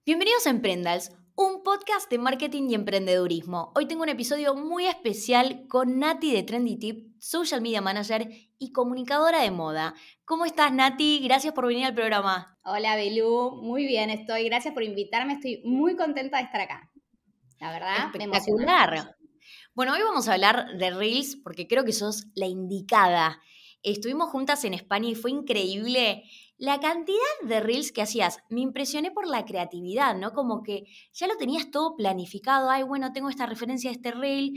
Bienvenidos a Emprendals, un podcast de marketing y emprendedurismo. Hoy tengo un episodio muy especial con Nati de Trendy Tip, Social Media Manager y comunicadora de moda. ¿Cómo estás, Nati? Gracias por venir al programa. Hola, Belú. Muy bien estoy. Gracias por invitarme. Estoy muy contenta de estar acá. La verdad, me emociona. Espectacular. Bueno, hoy vamos a hablar de Reels porque creo que sos la indicada. Estuvimos juntas en España y fue increíble la cantidad de Reels que hacías. Me impresioné por la creatividad, ¿no? Como que ya lo tenías todo planificado. Ay, bueno, tengo esta referencia a este Reel,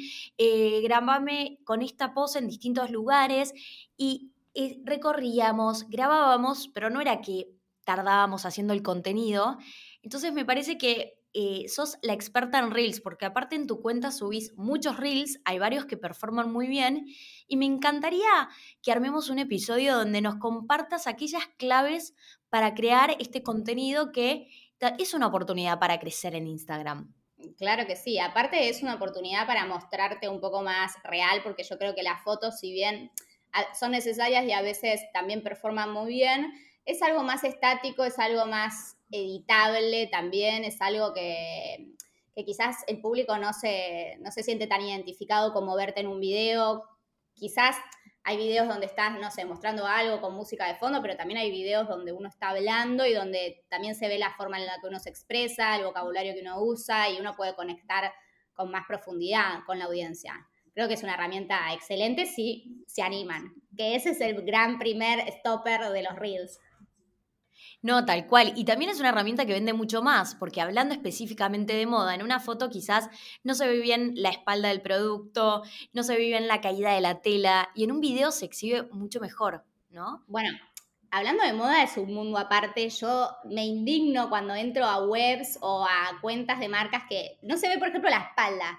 grabame con esta pose en distintos lugares y recorríamos, grabábamos, pero no era que tardábamos haciendo el contenido. Entonces me parece que sos la experta en Reels, porque aparte en tu cuenta subís muchos Reels, hay varios que performan muy bien, y me encantaría que armemos un episodio donde nos compartas aquellas claves para crear este contenido que es una oportunidad para crecer en Instagram. Claro que sí. Aparte es una oportunidad para mostrarte un poco más real, porque yo creo que las fotos, si bien son necesarias y a veces también performan muy bien, es algo más estático, es algo más editable también, es algo que quizás el público no se siente tan identificado como verte en un video. Quizás hay videos donde estás, no sé, mostrando algo con música de fondo, pero también hay videos donde uno está hablando y donde también se ve la forma en la que uno se expresa, el vocabulario que uno usa y uno puede conectar con más profundidad con la audiencia. Creo que es una herramienta excelente si se animan, que ese es el gran primer stopper de los Reels. No, tal cual. Y también es una herramienta que vende mucho más, porque hablando específicamente de moda, en una foto quizás no se ve bien la espalda del producto, no se ve bien la caída de la tela, y en un video se exhibe mucho mejor, ¿no? Bueno, hablando de moda es un mundo aparte. Yo me indigno cuando entro a webs o a cuentas de marcas que no se ve, por ejemplo, la espalda.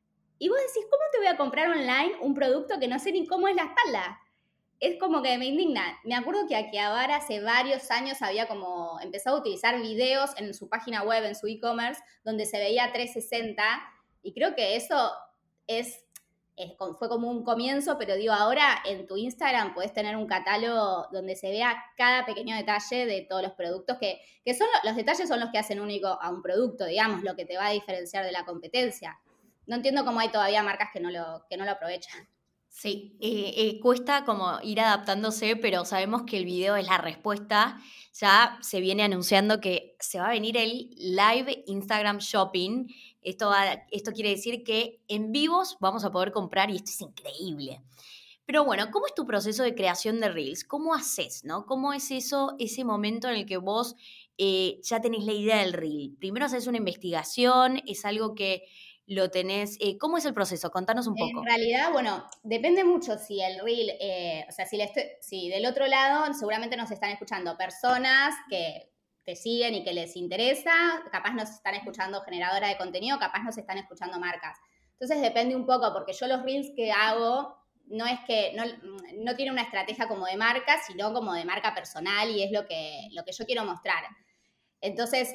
Y vos decís, ¿cómo te voy a comprar online un producto que no sé ni cómo es la espalda? Es como que me indigna. Me acuerdo que Akihabara hace varios años había como empezado a utilizar videos en su página web, en su e-commerce, donde se veía 360 y creo que eso es, fue como un comienzo, pero digo, ahora en tu Instagram puedes tener un catálogo donde se vea cada pequeño detalle de todos los productos que son los detalles son los que hacen único a un producto, digamos, lo que te va a diferenciar de la competencia. No entiendo cómo hay todavía marcas que no lo aprovechan. Sí, cuesta como ir adaptándose, pero sabemos que el video es la respuesta. Ya se viene anunciando que se va a venir el live Instagram Shopping. Esto quiere decir que en vivos vamos a poder comprar y esto es increíble. Pero bueno, ¿cómo es tu proceso de creación de Reels? ¿Cómo haces, no? ¿Cómo es eso, ese momento en el que vos ya tenés la idea del Reel? Primero haces una investigación, es algo que lo tenés. ¿Cómo es el proceso? Contanos un En poco. realidad, bueno, depende mucho si el reel, o sea, si del otro lado seguramente nos están escuchando personas que te siguen y que les interesa, capaz nos están escuchando generadora de contenido, capaz nos están escuchando marcas. Entonces depende un poco, porque yo los reels que hago no es que, no tiene una estrategia como de marca, sino como de marca personal y es lo que yo quiero mostrar. Entonces,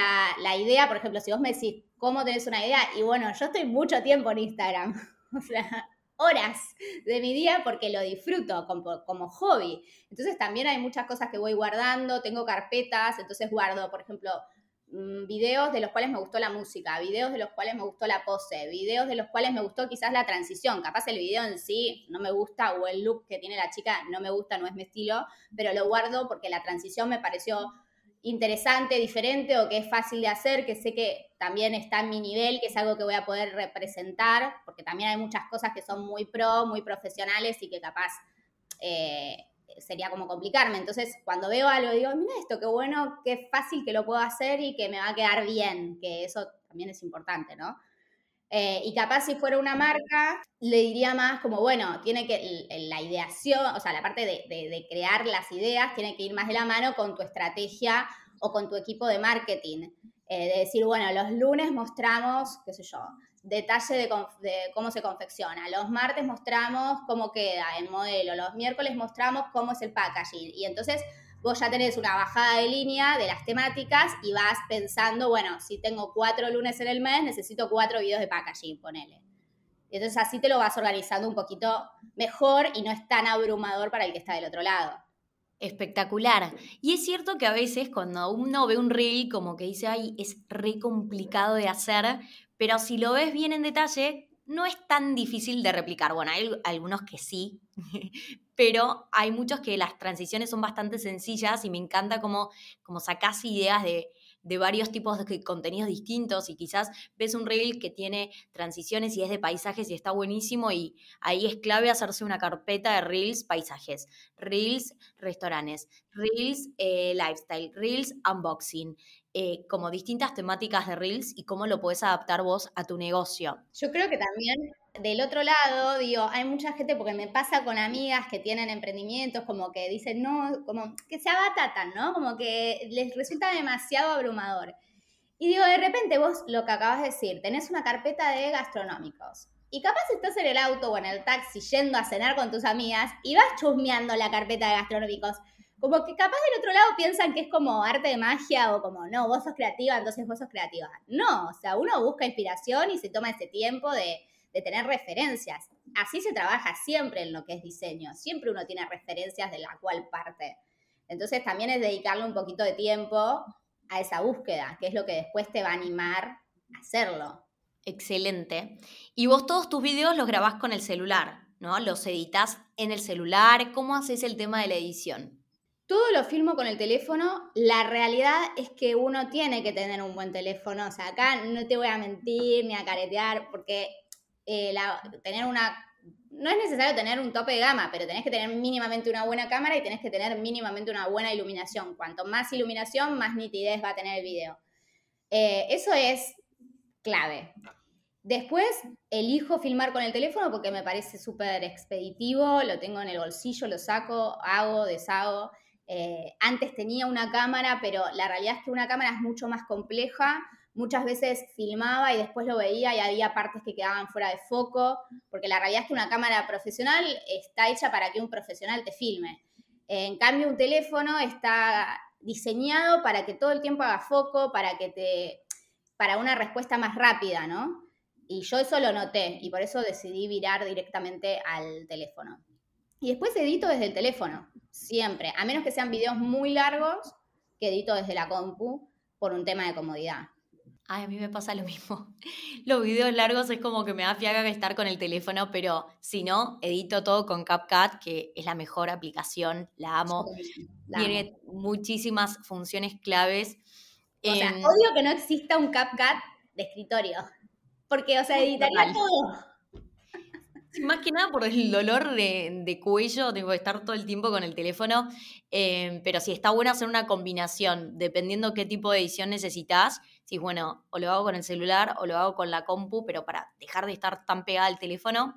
la idea, por ejemplo, si vos me decís cómo tenés una idea, y bueno, yo estoy mucho tiempo en Instagram, o sea, horas de mi día porque lo disfruto como hobby. Entonces también hay muchas cosas que voy guardando, tengo carpetas, entonces guardo, por ejemplo, videos de los cuales me gustó la música, videos de los cuales me gustó la pose, videos de los cuales me gustó quizás la transición, capaz el video en sí no me gusta o el look que tiene la chica no me gusta, no es mi estilo, pero lo guardo porque la transición me pareció interesante, diferente o que es fácil de hacer, que sé que también está en mi nivel, que es algo que voy a poder representar, porque también hay muchas cosas que son muy pro, muy profesionales y que capaz sería como complicarme. Entonces, cuando veo algo, digo, mira esto, qué bueno, qué fácil que lo puedo hacer y que me va a quedar bien, que eso también es importante, ¿no? Y capaz si fuera una marca, le diría más como, bueno, tiene que, la ideación, o sea, la parte de crear las ideas tiene que ir más de la mano con tu estrategia o con tu equipo de marketing. De decir, bueno, los lunes mostramos, qué sé yo, detalle de cómo se confecciona. Los martes mostramos cómo queda el modelo. Los miércoles mostramos cómo es el packaging. Y entonces vos ya tenés una bajada de línea de las temáticas y vas pensando, bueno, si tengo 4 lunes en el mes, necesito 4 videos de packaging, ponele. Y entonces así te lo vas organizando un poquito mejor y no es tan abrumador para el que está del otro lado. Espectacular. Y es cierto que a veces cuando uno ve un reel como que dice, ay, es re complicado de hacer, pero si lo ves bien en detalle, no es tan difícil de replicar. Bueno, hay algunos que sí, pero hay muchos que las transiciones son bastante sencillas y me encanta cómo sacás ideas de varios tipos de contenidos distintos y quizás ves un reel que tiene transiciones y es de paisajes y está buenísimo y ahí es clave hacerse una carpeta de reels paisajes, reels restaurantes, reels lifestyle, reels unboxing, como distintas temáticas de reels y cómo lo podés adaptar vos a tu negocio. Yo creo que también del otro lado, digo, hay mucha gente, porque me pasa con amigas que tienen emprendimientos, como que dicen, no, como que se abatatan, ¿no? Como que les resulta demasiado abrumador. Y digo, de repente vos, lo que acabas de decir, tenés una carpeta de gastronómicos. Y capaz estás en el auto o en el taxi yendo a cenar con tus amigas y vas chusmeando la carpeta de gastronómicos. Como que capaz del otro lado piensan que es como arte de magia o como, no, vos sos creativa, entonces vos sos creativa. No, o sea, uno busca inspiración y se toma ese tiempo de tener referencias. Así se trabaja siempre en lo que es diseño. Siempre uno tiene referencias de la cual parte. Entonces también es dedicarle un poquito de tiempo a esa búsqueda, que es lo que después te va a animar a hacerlo. Excelente. Y vos todos tus videos los grabás con el celular, ¿no? Los editas en el celular. ¿Cómo haces el tema de la edición? Todo lo filmo con el teléfono. La realidad es que uno tiene que tener un buen teléfono. O sea, acá no te voy a mentir ni a caretear, porque tener una... No es necesario tener un tope de gama, pero tenés que tener mínimamente una buena cámara y tenés que tener mínimamente una buena iluminación. Cuanto más iluminación, más nitidez va a tener el video. Eso es clave. Después elijo filmar con el teléfono porque me parece súper expeditivo, lo tengo en el bolsillo, lo saco, hago, deshago. Antes tenía una cámara, pero la realidad es que una cámara es mucho más compleja. Muchas veces filmaba y después lo veía y había partes que quedaban fuera de foco, porque la realidad es que una cámara profesional está hecha para que un profesional te filme. En cambio, un teléfono está diseñado para que todo el tiempo haga foco, para una respuesta más rápida, ¿no? Y yo eso lo noté y por eso decidí virar directamente al teléfono. Y después edito desde el teléfono, siempre. A menos que sean videos muy largos, que edito desde la compu por un tema de comodidad. Ay, a mí me pasa lo mismo. Los videos largos es como que me da fiaca estar con el teléfono, pero si no, edito todo con CapCut, que es la mejor aplicación, la Yo amo. también, la amo. Tiene muchísimas funciones claves. O sea, Em, odio que no exista un CapCut de escritorio. Porque, o sea, editaría Total. todo. Sí, más que nada por el dolor de cuello, tengo que estar todo el tiempo con el teléfono, pero sí está bueno hacer una combinación, dependiendo qué tipo de edición necesitas. Sí, bueno, o lo hago con el celular o lo hago con la compu, pero para dejar de estar tan pegada al teléfono.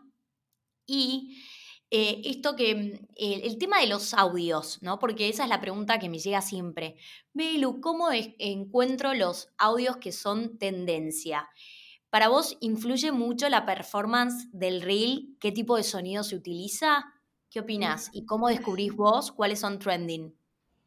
Y esto el tema de los audios, ¿no? Porque esa es la pregunta que me llega siempre. Belu, ¿cómo encuentro los audios que son tendencia? ¿Para vos influye mucho la performance del reel? ¿Qué tipo de sonido se utiliza? ¿Qué opinás? ¿Y cómo descubrís vos cuáles son trending?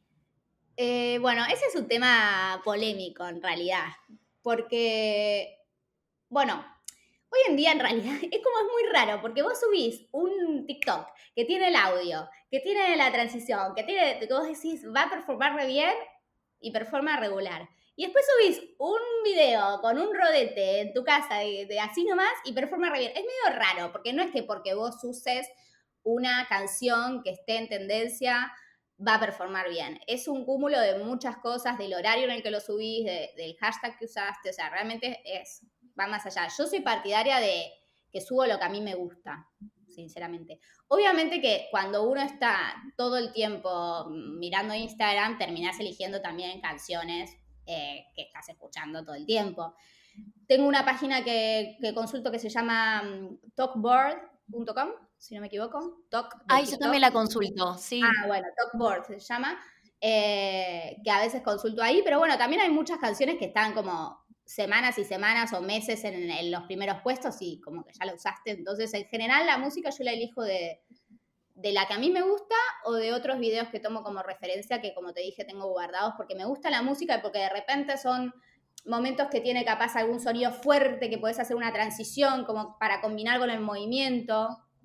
Bueno, ese es un tema polémico en realidad. Porque, bueno, hoy en día en realidad es muy raro, porque vos subís un TikTok que tiene el audio, que tiene la transición, que vos decís va a performar re bien y performa regular. Y después subís un video con un rodete en tu casa de así nomás y performa re bien. Es medio raro, porque no es que porque vos uses una canción que esté en tendencia va a performar bien. Es un cúmulo de muchas cosas, del horario en el que lo subís, del hashtag que usaste, o sea, realmente va más allá. Yo soy partidaria de que subo lo que a mí me gusta, sinceramente. Obviamente que cuando uno está todo el tiempo mirando Instagram, terminás eligiendo también canciones que estás escuchando todo el tiempo. Tengo una página que consulto que se llama talkboard.com, si no me equivoco. Talk de Ay, yo TikTok. también la consulto, sí. Ah, bueno, Talkboard se llama, que a veces consulto ahí, pero bueno, también hay muchas canciones que están como semanas y semanas o meses en los primeros puestos y como que ya la usaste. Entonces, en general, la música yo la elijo de la que a mí me gusta o de otros videos que tomo como referencia que, como te dije, tengo guardados porque me gusta la música y porque de repente son momentos que tiene capaz algún sonido fuerte que podés hacer una transición como para combinar con el movimiento.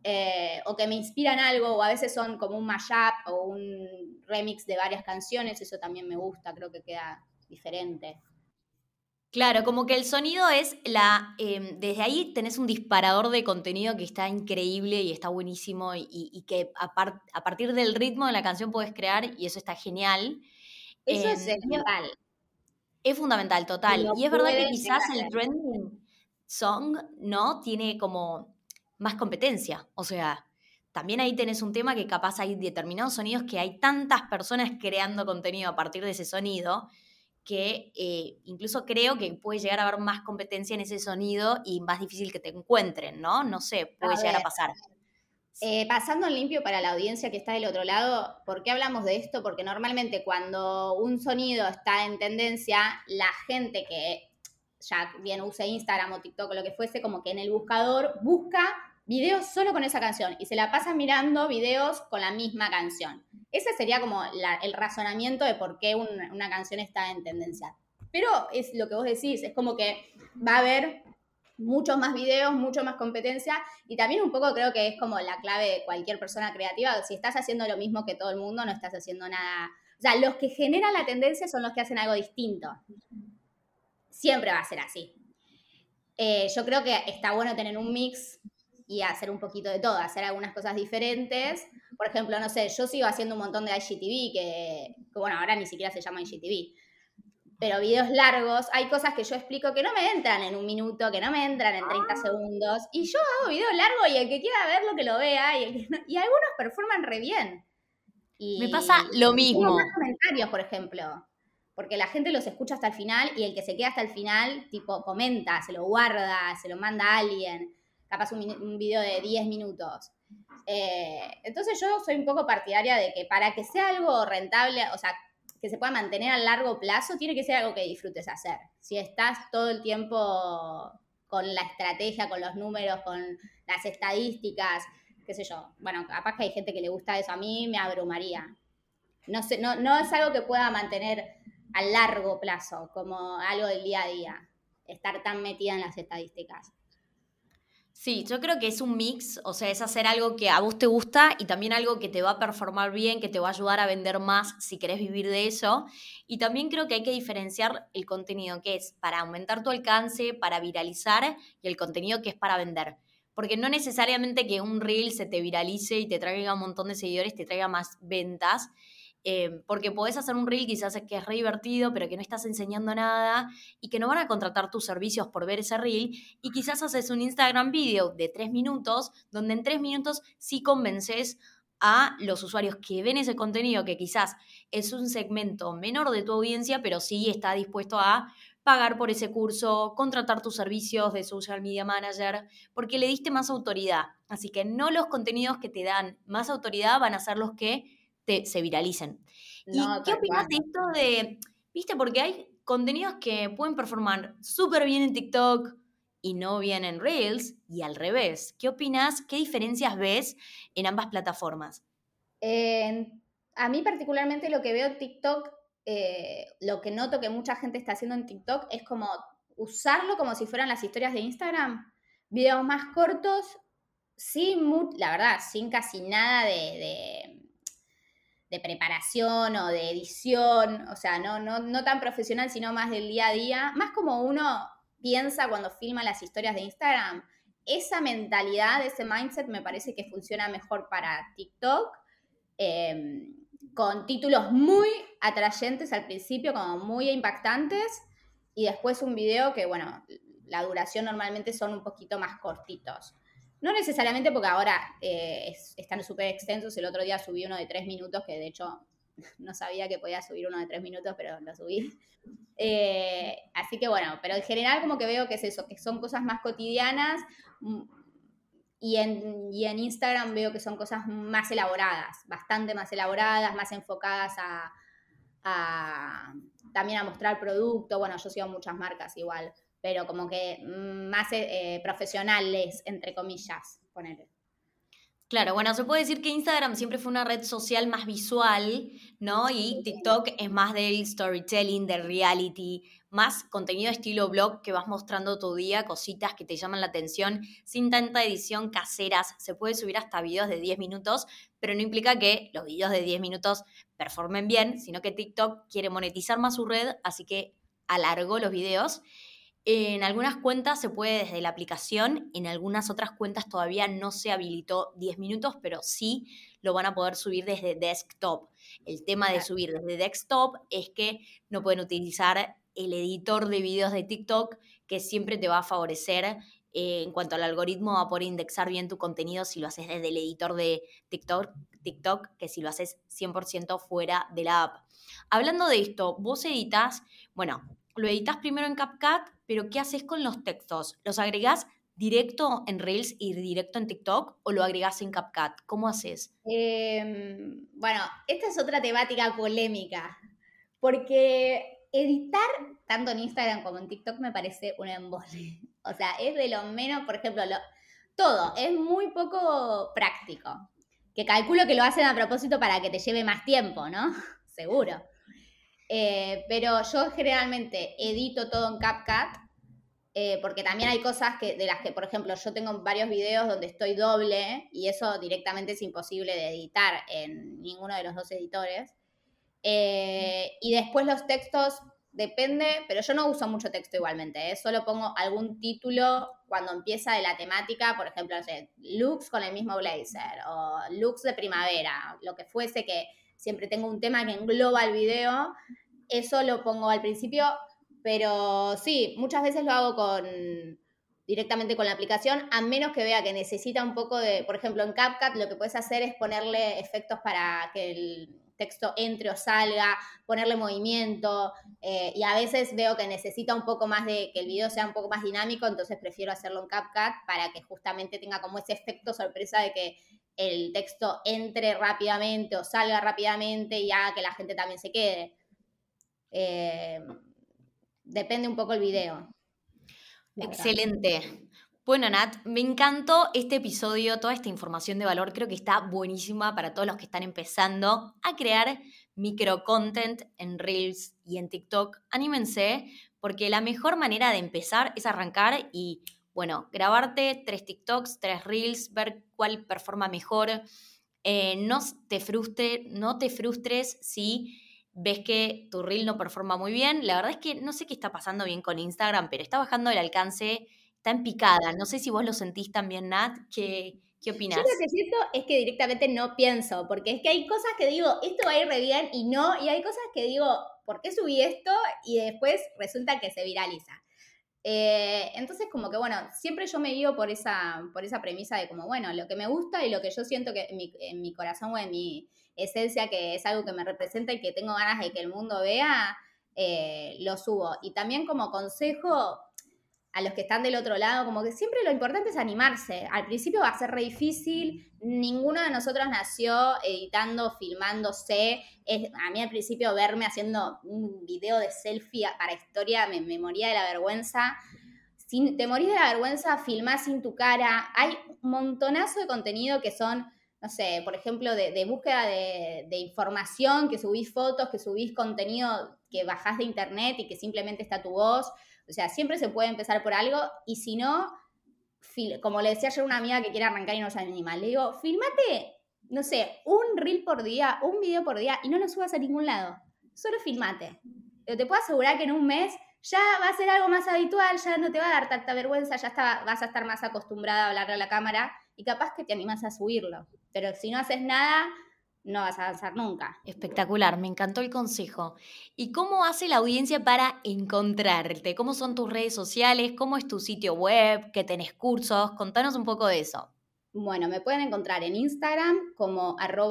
o que me inspiran algo, o a veces son como un mashup o un remix de varias canciones, eso también me gusta, creo que queda diferente. Claro, como que el sonido es desde ahí tenés un disparador de contenido que está increíble y está buenísimo y que a partir del ritmo de la canción puedes crear y eso está genial. Eso es Y elemental. es fundamental, Y total. lo Y es verdad que pueden llegar quizás a el hacer. trending song, ¿no? Tiene como más competencia. O sea, también ahí tenés un tema que capaz hay determinados sonidos que hay tantas personas creando contenido a partir de ese sonido que incluso creo que puede llegar a haber más competencia en ese sonido y más difícil que te encuentren, ¿no? No sé, puede A llegar a ver, pasar. pasando en limpio para la audiencia que está del otro lado, ¿por qué hablamos de esto? Porque normalmente cuando un sonido está en tendencia, la gente que ya bien use Instagram o TikTok o lo que fuese, como que en el buscador busca videos solo con esa canción y se la pasa mirando videos con la misma canción. Ese sería como el razonamiento de por qué una canción está en tendencia. Pero es lo que vos decís, es como que va a haber muchos más videos, mucho más competencia y también un poco creo que es como la clave de cualquier persona creativa. Si estás haciendo lo mismo que todo el mundo, no estás haciendo nada. O sea, los que generan la tendencia son los que hacen algo distinto. Siempre va a ser así. Yo creo que está bueno tener un mix y hacer un poquito de todo, hacer algunas cosas diferentes. Por ejemplo, no sé, yo sigo haciendo un montón de IGTV, que bueno, ahora ni siquiera se llama IGTV, pero videos largos, hay cosas que yo explico que no me entran en un minuto, que no me entran en 30 segundos, y yo hago video largo y el que quiera verlo que lo vea, y algunos performan re bien. Me pasa Y lo tengo más mismo. comentarios, por ejemplo, porque la gente los escucha hasta el final y el que se queda hasta el final, tipo, comenta, se lo guarda, se lo manda a alguien, capaz un video de 10 minutos. Entonces yo soy un poco partidaria de que para que sea algo rentable, o sea, que se pueda mantener a largo plazo, tiene que ser algo que disfrutes hacer. Si estás todo el tiempo con la estrategia, con los números, con las estadísticas, qué sé yo, bueno, capaz que hay gente que le gusta eso, a mí me abrumaría. No sé, no es algo que pueda mantener a largo plazo, como algo del día a día, estar tan metida en las estadísticas. Sí, yo creo que es un mix, o sea, es hacer algo que a vos te gusta y también algo que te va a performar bien, que te va a ayudar a vender más si querés vivir de eso. Y también creo que hay que diferenciar el contenido que es para aumentar tu alcance, para viralizar, y el contenido que es para vender. Porque no necesariamente que un reel se te viralice y te traiga un montón de seguidores, te traiga más ventas. Porque podés hacer un reel quizás que es re divertido, pero que no estás enseñando nada y que no van a contratar tus servicios por ver ese reel. Y quizás haces un Instagram video de 3 minutos, donde en 3 minutos sí convences a los usuarios que ven ese contenido, que quizás es un segmento menor de tu audiencia, pero sí está dispuesto a pagar por ese curso, contratar tus servicios de social media manager, porque le diste más autoridad. Así que no los contenidos que te dan más autoridad van a ser los que se viralicen. ¿Y No, qué tal opinas cual. de esto de, viste, porque hay contenidos que pueden performar súper bien en TikTok y no bien en Reels, y al revés? ¿Qué opinas? ¿Qué diferencias ves en ambas plataformas? Eh, a mí particularmente lo que veo en TikTok, lo que noto que mucha gente está haciendo en TikTok es como usarlo como si fueran las historias de Instagram, videos más cortos, la verdad, sin casi nada de preparación o de edición, o sea, no tan profesional, sino más del día a día, más como uno piensa cuando filma las historias de Instagram. Esa mentalidad, ese mindset me parece que funciona mejor para TikTok, eh, con títulos muy atrayentes al principio, como muy impactantes, y después un video que, bueno, la duración normalmente son un poquito más cortitos. No necesariamente porque ahora están súper extensos. El otro día subí uno de 3 minutos, que de hecho no sabía que podía subir uno de 3 minutos, pero lo subí. Así que bueno, pero en general como que veo que es eso, que son cosas más cotidianas, y en Instagram veo que son cosas más elaboradas, bastante más elaboradas, más enfocadas a también a mostrar producto. Bueno, yo sigo muchas marcas igual, pero como que más profesionales, entre comillas, ponele. Claro, bueno, se puede decir que Instagram siempre fue una red social más visual, ¿no? Y TikTok es más del storytelling, del reality, más contenido estilo blog que vas mostrando tu día, cositas que te llaman la atención, sin tanta edición caseras. Se puede subir hasta videos de 10 minutos, pero no implica que los videos de 10 minutos performen bien, sino que TikTok quiere monetizar más su red, así que alargó los videos. En algunas cuentas se puede desde la aplicación, en algunas otras cuentas todavía no se habilitó 10 minutos, pero sí lo van a poder subir desde desktop. El tema de Claro. subir desde desktop es que no pueden utilizar el editor de videos de TikTok, que siempre te va a favorecer en cuanto al algoritmo, va a poder indexar bien tu contenido si lo haces desde el editor de TikTok, que si lo haces 100% fuera de la app. Hablando de esto, vos editas, bueno, lo editas primero en CapCut, pero ¿qué haces con los textos? ¿Los agregás directo en Reels y directo en TikTok o lo agregás en CapCut? ¿Cómo haces? Bueno, esta es otra temática polémica, porque editar tanto en Instagram como en TikTok me parece un embole. O sea, es de lo menos, por ejemplo, todo, es muy poco práctico. Que calculo que lo hacen a propósito para que te lleve más tiempo, ¿no? Seguro. Pero yo generalmente edito todo en CapCut, porque también hay cosas de las que, por ejemplo, yo tengo varios videos donde estoy doble y eso directamente es imposible de editar en ninguno de los dos editores. Y después los textos, depende, pero yo no uso mucho texto igualmente, solo pongo algún título cuando empieza de la temática, por ejemplo, no sé, looks con el mismo blazer o looks de primavera, lo que fuese, que siempre tengo un tema que engloba el video, eso lo pongo al principio, pero sí, muchas veces lo hago directamente con la aplicación, a menos que vea que necesita un poco de, por ejemplo, en CapCut lo que puedes hacer es ponerle efectos para que el texto entre o salga, ponerle movimiento, y a veces veo que necesita un poco más de que el video sea un poco más dinámico, entonces prefiero hacerlo en CapCut para que justamente tenga como ese efecto sorpresa de que el texto entre rápidamente o salga rápidamente y haga que la gente también se quede. Eh, Depende un poco el video, la verdad. Excelente. Bueno, Nat, me encantó este episodio, toda esta información de valor. Creo que está buenísima para todos los que están empezando a crear microcontent en Reels y en TikTok. Anímense, porque la mejor manera de empezar es arrancar y, bueno, grabarte 3 TikToks, 3 Reels, ver cuál performa mejor. No te frustres si ves que tu reel no performa muy bien. La verdad es que no sé qué está pasando bien con Instagram, pero está bajando el alcance, está en picada. No sé si vos lo sentís también, Nat. ¿Qué Yo lo opinás? que siento es que directamente no pienso, porque es que hay cosas que digo, esto va a ir re bien y no, y hay cosas que digo, ¿por qué subí esto? Y después resulta que se viraliza. Entonces, como que bueno, siempre yo me guío por esa premisa de como, bueno, lo que me gusta y lo que yo siento que en mi corazón o en mi esencia, que es algo que me representa y que tengo ganas de que el mundo vea, lo subo. Y también como consejo a los que están del otro lado, como que siempre lo importante es animarse. Al principio va a ser re difícil, ninguno de nosotros nació editando, filmándose. A mí al principio verme haciendo un video de selfie para historia me moría de la vergüenza. Si te morís de la vergüenza, filmás sin tu cara. Hay un montonazo de contenido que son, no sé, por ejemplo, de búsqueda de información, que subís fotos, que subís contenido que bajás de internet y que simplemente está tu voz. O sea, siempre se puede empezar por algo y si no, como le decía ayer a una amiga que quiere arrancar y no se anima, le digo, filmate, no sé, un reel por día, un video por día y no lo subas a ningún lado. Solo filmate. Pero te puedo asegurar que en un mes ya va a ser algo más habitual, ya no te va a dar tanta vergüenza, vas a estar más acostumbrada a hablarle a la cámara y capaz que te animas a subirlo. Pero si no haces nada, no vas a avanzar nunca. Espectacular, me encantó el consejo. ¿Y cómo hace la audiencia para encontrarte? ¿Cómo son tus redes sociales? ¿Cómo es tu sitio web? ¿Qué tenés cursos? Contanos un poco de eso. Bueno, me pueden encontrar en Instagram como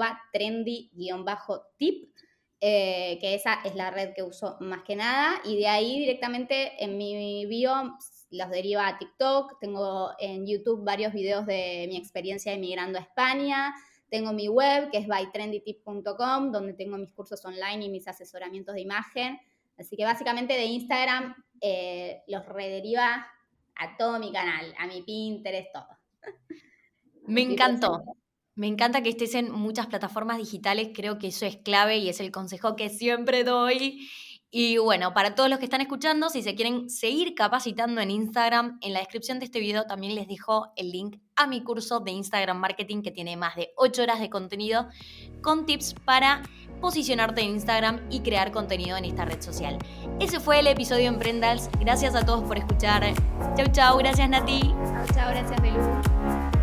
@trendy_tip, que esa es la red que uso más que nada, y de ahí directamente en mi bio los deriva a TikTok. Tengo en YouTube varios videos de mi experiencia emigrando a España. Tengo mi web, que es bytrendytip.com, donde tengo mis cursos online y mis asesoramientos de imagen. Así que básicamente de Instagram los rederiva a todo mi canal, a mi Pinterest, todo. Me Estoy todo encantó. seguro. Me encanta que estés en muchas plataformas digitales, creo que eso es clave y es el consejo que siempre doy. Y bueno, para todos los que están escuchando, si se quieren seguir capacitando en Instagram, en la descripción de este video también les dejo el link a mi curso de Instagram Marketing que tiene más de 8 horas de contenido con tips para posicionarte en Instagram y crear contenido en esta red social. Ese fue el episodio Emprendals. Gracias a todos por escuchar. Chau, chau. Gracias, Nati. Chao, chao, gracias, Belu.